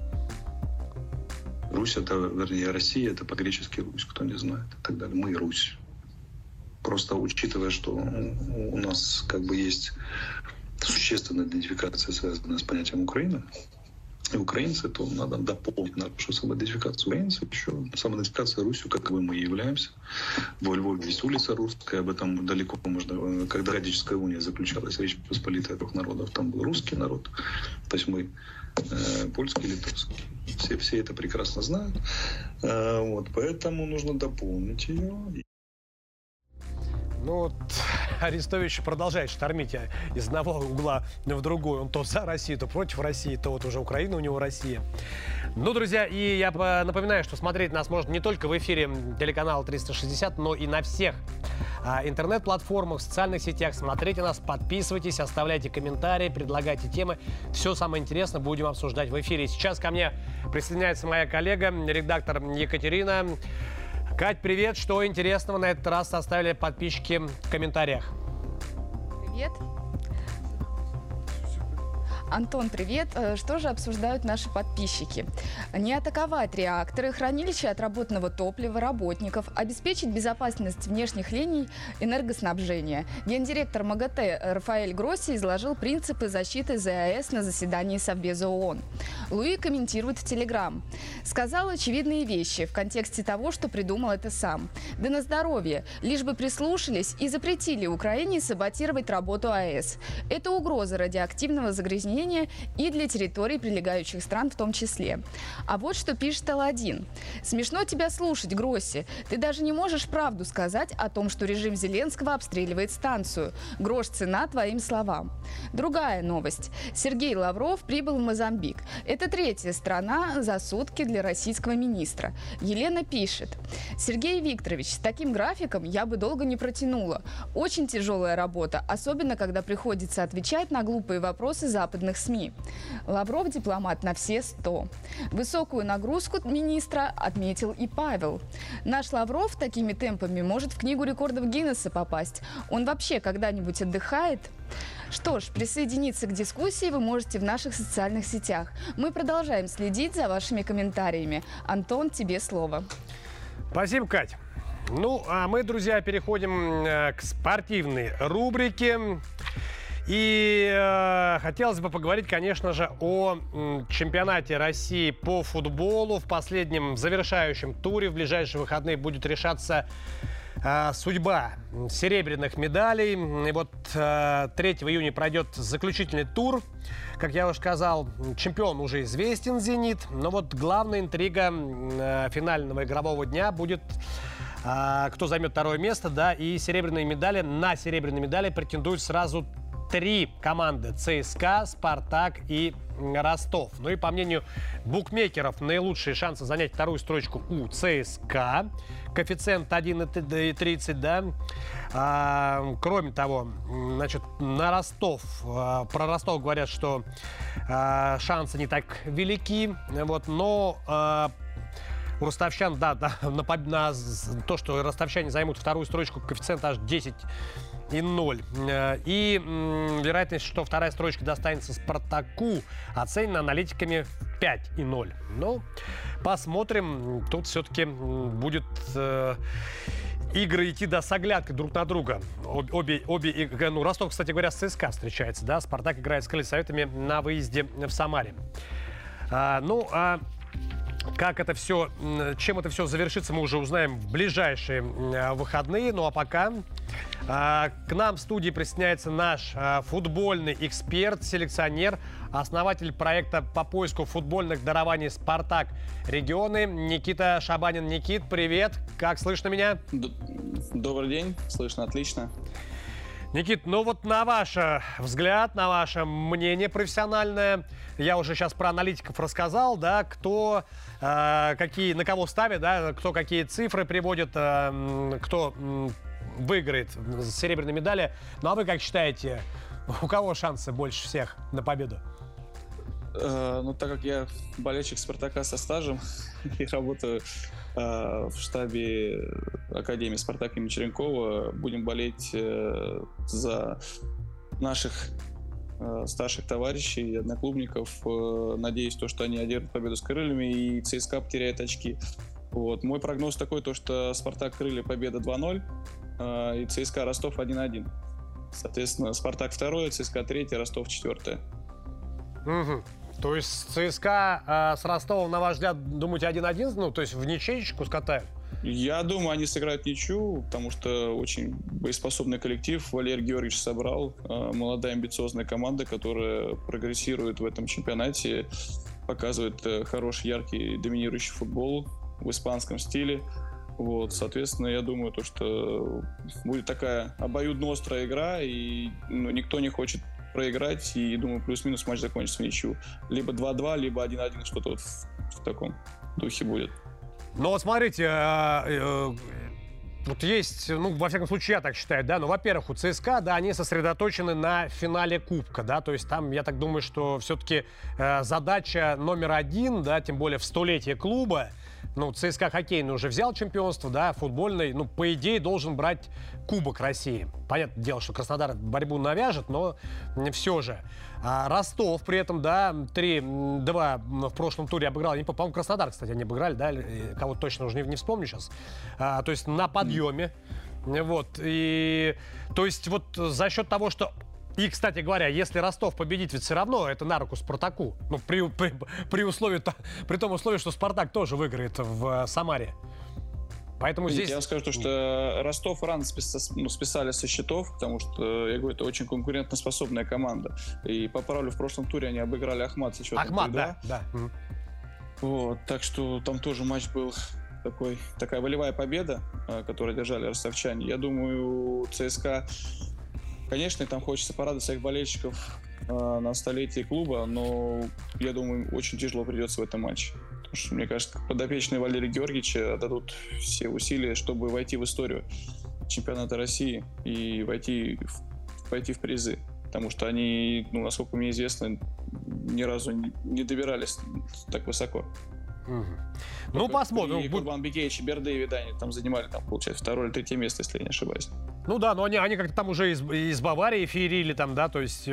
Русь, это, вернее, Россия, это по-гречески Русь, кто не знает, и так далее. Мы Русь. Просто учитывая, что у нас как бы есть существенная идентификация, связанная с понятием Украины, и украинцы, то надо дополнить нашу самоидентификацию украинцев еще самоидентификация Русью, каковой мы и являемся. Во Львове есть улица русская, об этом далеко можно. Когда Радическая уния заключалась, Речь Посполитая двух народов, там был русский народ, то есть мы польский, литовский. Все это прекрасно знают. Вот, поэтому нужно дополнить ее. Ну вот Арестович продолжает штормить из одного угла в другой. Он то за Россию, то против России, то вот уже Украина у него Россия. Ну, друзья, и я напоминаю, что смотреть нас можно не только в эфире телеканала 360, но и на всех интернет-платформах, в социальных сетях. Смотрите нас, подписывайтесь, оставляйте комментарии, предлагайте темы. Все самое интересное будем обсуждать в эфире. Сейчас ко мне присоединяется моя коллега, редактор Екатерина. Кать, привет! Что интересного на этот раз оставили подписчики в комментариях? Привет! Антон, привет. Что же обсуждают наши подписчики? Не атаковать реакторы, хранилища отработанного топлива, работников, обеспечить безопасность внешних линий энергоснабжения. Гендиректор МАГАТЭ Рафаэль Гросси изложил принципы защиты ЗАЭС на заседании Совбеза ООН. Луи комментирует в Телеграм. Сказал очевидные вещи в контексте того, что придумал это сам. Да на здоровье. Лишь бы прислушались и запретили Украине саботировать работу АЭС. Это угроза радиоактивного загрязнения и для территорий прилегающих стран в том числе. А вот что пишет Аладдин. Смешно тебя слушать, Гросси. Ты даже не можешь правду сказать о том, что режим Зеленского обстреливает станцию. Грош цена твоим словам. Другая новость. Сергей Лавров прибыл в Мозамбик. Это третья страна за сутки для российского министра. Елена пишет. Сергей Викторович, с таким графиком я бы долго не протянула. Очень тяжелая работа, особенно когда приходится отвечать на глупые вопросы западных СМИ. Лавров дипломат на все 100. Высокую нагрузку министра отметил и Павел. Наш Лавров такими темпами может в книгу рекордов Гиннесса попасть. Он вообще когда-нибудь отдыхает? Что ж, присоединиться к дискуссии вы можете в наших социальных сетях. Мы продолжаем следить за вашими комментариями. Антон, тебе слово. Спасибо, Кать. Ну, а мы, друзья, переходим к спортивной рубрике. И хотелось бы поговорить, конечно же, о чемпионате России по футболу. В последнем завершающем туре в ближайшие выходные будет решаться судьба серебряных медалей. И вот 3 июня пройдет заключительный тур. Как я уже сказал, чемпион уже известен, «Зенит». Но вот главная интрига финального игрового дня будет, кто займет второе место, да, и серебряные медали. На серебряные медали претендуют сразу 3 команды: ЦСКА, Спартак и Ростов. Ну и по мнению букмекеров, наилучшие шансы занять вторую строчку у ЦСКА. Коэффициент 1,30, да. Кроме того, значит, на Ростов, про Ростов говорят, что шансы не так велики. Вот, но у ростовчан, да, на то, что ростовчане займут вторую строчку, коэффициент аж 10,0. И вероятность, что вторая строчка достанется Спартаку, оценена аналитиками 5,0. Ну, посмотрим. Тут все-таки будет игры идти с оглядкой друг на друга. Ну, Ростов, кстати говоря, с ЦСКА встречается, да. Спартак играет с Крылья Советами на выезде в Самаре. Как это все, чем это все завершится, мы уже узнаем в ближайшие выходные. Ну а пока к нам в студии присоединяется наш футбольный эксперт, селекционер, основатель проекта по поиску футбольных дарований «Спартак Регионы» Никита Шабанин. Никит, привет! Как слышно меня? Добрый день, слышно отлично. Никит, ну вот на ваш взгляд, на ваше мнение профессиональное, я уже сейчас про аналитиков рассказал, да, кто какие, на кого ставит, да, кто какие цифры приводит, кто выиграет серебряные медали. Ну а вы как считаете, у кого шансы больше всех на победу? Ну, так как я болельщик «Спартака» со стажем и работаю в штабе Академии «Спартак» имени Черенкова, будем болеть за наших старших товарищей, одноклубников. Надеюсь, что они одержат победу с крыльями и ЦСКА потеряет очки. Вот. Мой прогноз такой, что «Спартак» крылья победа 2-0 и ЦСКА Ростов 1-1. Соответственно, «Спартак» 2, ЦСКА 3, Ростов 4. Угу. То есть ЦСКА с Ростовом, на ваш взгляд, думаете, 1-1? Ну, то есть в ничеечку скатают? Я думаю, они сыграют ничью, потому что очень боеспособный коллектив Валерий Георгиевич собрал. Молодая амбициозная команда, которая прогрессирует в этом чемпионате, показывает хороший, яркий, доминирующий футбол в испанском стиле. Вот, соответственно, я думаю, что будет такая обоюдно-острая игра, и никто не хочет проиграть, и, думаю, плюс-минус матч закончится в ничью. Либо 2-2, либо 1-1, что-то вот в таком духе будет. Ну вот смотрите, вот есть, ну, во всяком случае, я так считаю, да, ну, во-первых, у ЦСКА, да, они сосредоточены на финале Кубка, да, то есть там, я так думаю, что все-таки задача номер один, да, тем более в столетие клуба, ну, ЦСКА хоккейный уже взял чемпионство, да, футбольный, ну, по идее, должен брать Кубок России. Понятное дело, что Краснодар борьбу навяжет, но все же. А Ростов при этом, да, 3-2 в прошлом туре обыграл. По-моему, Краснодар, кстати, они обыграли, да, кого-то точно уже не вспомню сейчас. То есть на подъеме. Вот. И, то есть вот за счет того, что... И, кстати говоря, если Ростов победит, ведь все равно это на руку Спартаку. Ну, при том условии, что Спартак тоже выиграет в Самаре. Поэтому здесь... Я скажу, что Ростов рано списали со счетов, потому что, я говорю, это очень конкурентоспособная команда. И поправлю, в прошлом туре они обыграли Ахмат со счетом 3-2. Ахмат, да. Вот, так что там тоже матч был такая волевая победа, которую держали ростовчане. Я думаю, ЦСКА... Конечно, там хочется порадовать своих болельщиков на столетие клуба, но, я думаю, очень тяжело придется в этом матче. Потому что, мне кажется, подопечные Валерия Георгиевича дадут все усилия, чтобы войти в историю чемпионата России и войти в призы. Потому что они, ну, насколько мне известно, ни разу не добирались так высоко. Ну, посмотрим. И Курбан Бекеевич и Бердыев, они там занимали, получается, 2-е или 3-е место, если я не ошибаюсь. Ну да, но они как-то там уже из Баварии феерили там, да, то есть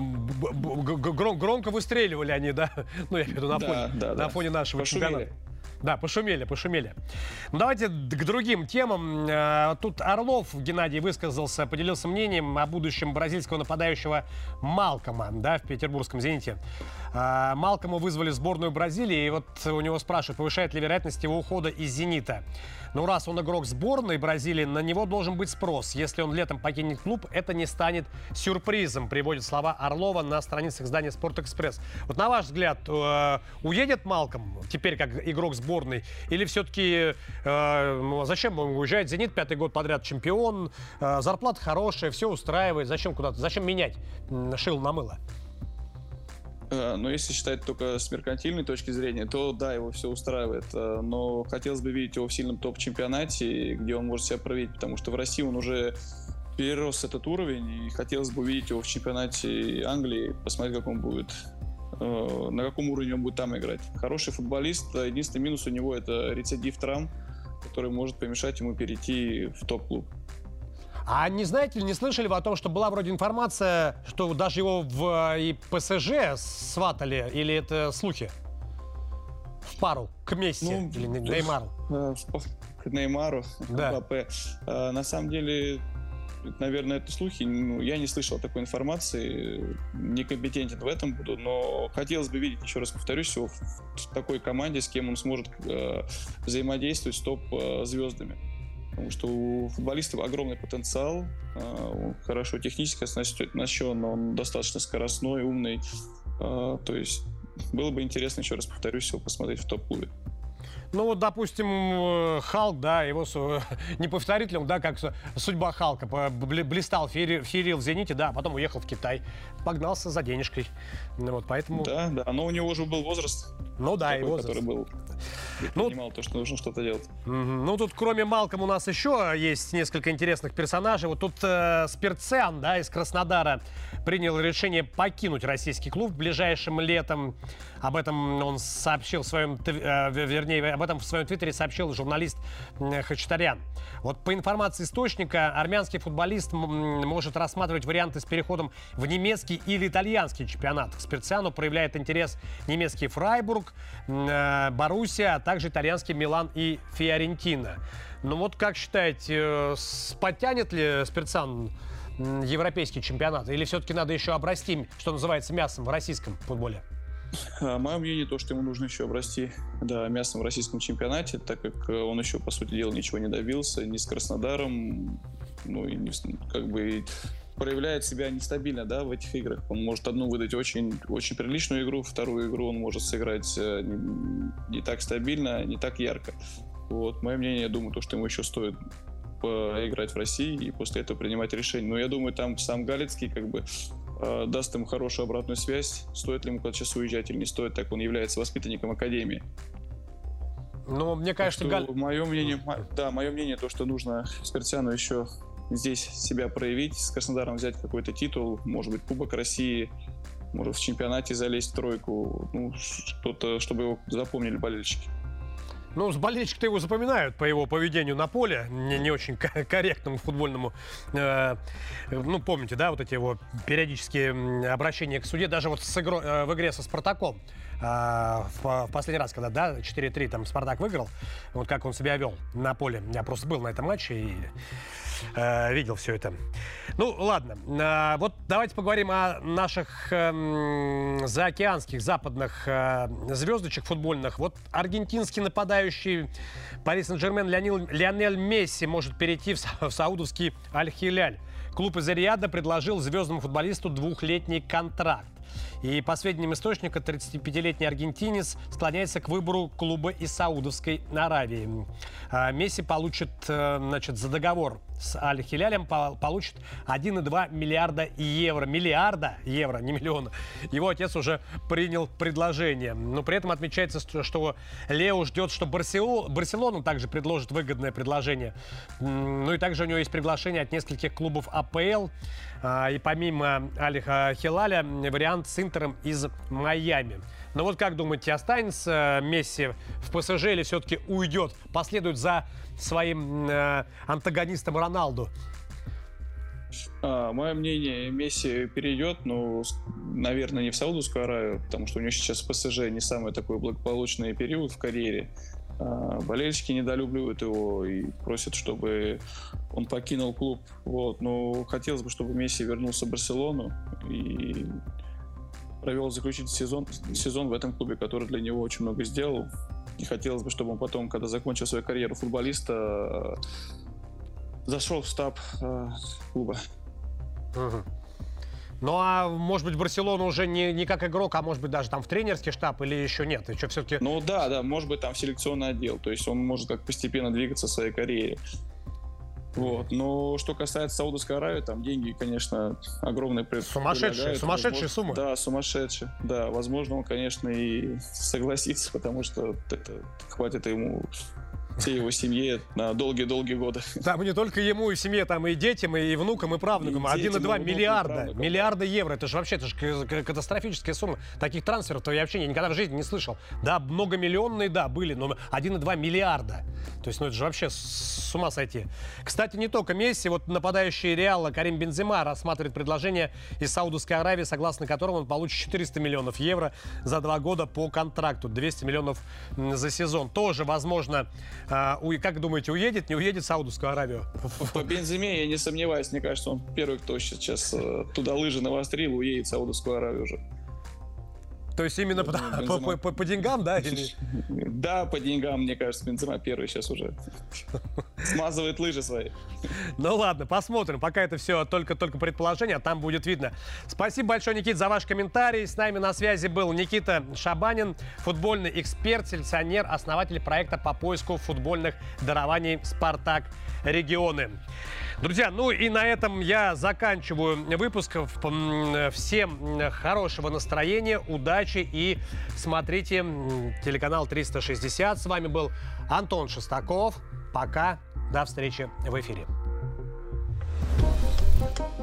громко выстреливали они, да, ну я имею в виду на фоне нашего чемпионата. Да, пошумели. Ну, давайте к другим темам. Тут Орлов Геннадий высказался, поделился мнением о будущем бразильского нападающего Малкома, да, в петербургском «Зените». Малкома вызвали в сборную Бразилии, и вот у него спрашивают, повышает ли вероятность его ухода из «Зенита». Ну, раз он игрок сборной Бразилии, на него должен быть спрос. Если он летом покинет клуб, это не станет сюрпризом, приводит слова Орлова на страницах издания «Спортэкспресс». Вот на ваш взгляд, уедет Малком теперь как игрок сборной? Или все-таки зачем он уезжает? «Зенит» 5-й год подряд чемпион, зарплата хорошая, все устраивает. Зачем куда-то? Зачем менять шило на мыло? Но если считать только с меркантильной точки зрения, то да, его все устраивает. Но хотелось бы видеть его в сильном топ-чемпионате, где он может себя проявить, потому что в России он уже перерос этот уровень, и хотелось бы увидеть его в чемпионате Англии, посмотреть, как он будет, на каком уровне он будет там играть. Хороший футболист, единственный минус у него — это рецидив травм, который может помешать ему перейти в топ-клуб. А не знаете, не слышали вы о том, что была вроде информация, что даже его в ПСЖ сватали, или это слухи? В пару к Месси или Неймару? К Неймару, да. Мбаппе. На самом деле, наверное, это слухи. Я не слышал такой информации, некомпетентен в этом буду, но хотелось бы видеть, еще раз повторюсь, его в такой команде, с кем он сможет взаимодействовать с топ-звездами. Потому что у футболистов огромный потенциал, он хорошо технически оснащен, он достаточно скоростной, умный. То есть было бы интересно, еще раз повторюсь, его посмотреть в топ-клубе. Ну вот, допустим, Халк, да, его не повторит ли он, да, как судьба Халка, блистал, феерил в «Зените», да, а потом уехал в Китай, погнался за денежкой, вот, поэтому... Да, но у него уже был возраст. Ну да, такой, и возраст. Который был, понимал то, что нужно что-то делать. Ну тут кроме Малкома у нас еще есть несколько интересных персонажей. Вот тут Спиртсян, да, из Краснодара принял решение покинуть российский клуб ближайшим летом. Об этом он сообщил в своем, об этом в своем твиттере сообщил журналист Хачатурян. Вот по информации источника, армянский футболист может рассматривать варианты с переходом в немецкий или итальянский чемпионат. К Спиртсяну проявляет интерес немецкий Фрайбург, Боруссия, а также итальянский Милан и Фиорентина. Ну вот как считаете, подтянет ли Спиртсян европейский чемпионат? Или все-таки надо еще обрасти, что называется, мясом в российском футболе? Мое мнение, то, что ему нужно еще обрасти мясом в российском чемпионате, так как он еще, по сути дела, ничего не добился, ни с Краснодаром, ну и как бы проявляет себя нестабильно, да, в этих играх. Он может одну выдать очень, очень приличную игру, вторую игру он может сыграть не так стабильно, не так ярко. Вот, мое мнение, я думаю, то, что ему еще стоит поиграть в России и после этого принимать решение. Но я думаю, там сам Галицкий как бы даст ему хорошую обратную связь, стоит ли ему куда-то сейчас уезжать или не стоит, так он является воспитанником академии. Ну, мне кажется, мое мнение, то, что нужно Спиртсяну еще здесь себя проявить, с Краснодаром взять какой-то титул, может быть, Кубок России, может, в чемпионате залезть в тройку, ну, что-то, чтобы его запомнили болельщики. Ну, с болельщиков-то его запоминают по его поведению на поле, не очень корректному футбольному. Ну, помните, да, вот эти его периодические обращения к судье, даже вот в игре со Спартаком. В последний раз, когда, да, 4-3 там Спартак выиграл, вот как он себя вел на поле. Я просто был на этом матче и видел все это. Ну, ладно. Вот давайте поговорим о наших заокеанских, западных звездочек футбольных. Вот аргентинский нападающий Пари Сен-Жермен Лионель Месси может перейти в саудовский Аль-Хиляль. Клуб из Риада предложил звездному футболисту 2-летний контракт. И по сведениям источника, 35-летний аргентинец склоняется к выбору клуба из Саудовской Аравии. Месси получит, значит, за договор с Аль-Хилялем получит 1,2 миллиарда евро. Миллиарда евро, не миллиона. Его отец уже принял предложение. Но при этом отмечается, что Лео ждет, что Барселона также предложит выгодное предложение. Ну и также у него есть приглашение от нескольких клубов АПЛ. И помимо Аль-Хилаля вариант с Интером из Майами. Но вот как думаете, останется Месси в ПСЖ или все-таки уйдет, последует за своим антагонистом Роналду? Мое мнение, Месси перейдет, но, наверное, не в Саудовскую Аравию, потому что у него сейчас в ПСЖ не самый такой благополучный период в карьере. Болельщики недолюбливают его и просят, чтобы он покинул клуб. Вот. Но хотелось бы, чтобы Месси вернулся в Барселону и провел заключительный сезон в этом клубе, который для него очень много сделал. И хотелось бы, чтобы он потом, когда закончил свою карьеру футболиста, зашел в штаб клуба. Ну, а может быть, Барселона уже не как игрок, а может быть, даже там в тренерский штаб или еще нет? И что, все-таки... Ну да, может быть, там в селекционный отдел. То есть он может как постепенно двигаться в своей карьере. Вот. Но что касается Саудовской Аравии, там деньги, конечно, огромные. Сумасшедшие суммы. Да, сумасшедшие. Да, возможно, он, конечно, и согласится, потому что это хватит ему всей его семье на долгие-долгие годы. Там не только ему и семье, там и детям, и внукам, и правнукам. 1,2 миллиарда. Миллиарда евро. Это же вообще катастрофическая сумма. Таких трансферов-то я вообще никогда в жизни не слышал. Да, многомиллионные, да, были, но 1,2 миллиарда. То есть, ну это же вообще с ума сойти. Кстати, не только Месси. Вот нападающий Реала Карим Бензема рассматривает предложение из Саудовской Аравии, согласно которому он получит 400 миллионов евро за 2 года по контракту. 200 миллионов за сезон. Тоже, возможно, как думаете, уедет, не уедет в Саудовскую Аравию? По Бенземе я не сомневаюсь. Мне кажется, он первый, кто сейчас туда лыжи навострил, уедет в Саудовскую Аравию уже. То есть именно по деньгам, да? Или... Да, по деньгам, мне кажется, Бензема первый сейчас уже смазывает лыжи свои. Ну ладно, посмотрим. Пока это все только предположение, а там будет видно. Спасибо большое, Никита, за ваш комментарий. С нами на связи был Никита Шабанин, футбольный эксперт, селекционер, основатель проекта по поиску футбольных дарований «Спартак Регионы». Друзья, ну и на этом я заканчиваю выпуск. Всем хорошего настроения, удачи и смотрите телеканал 360. С вами был Антон Шестаков. Пока. До встречи в эфире.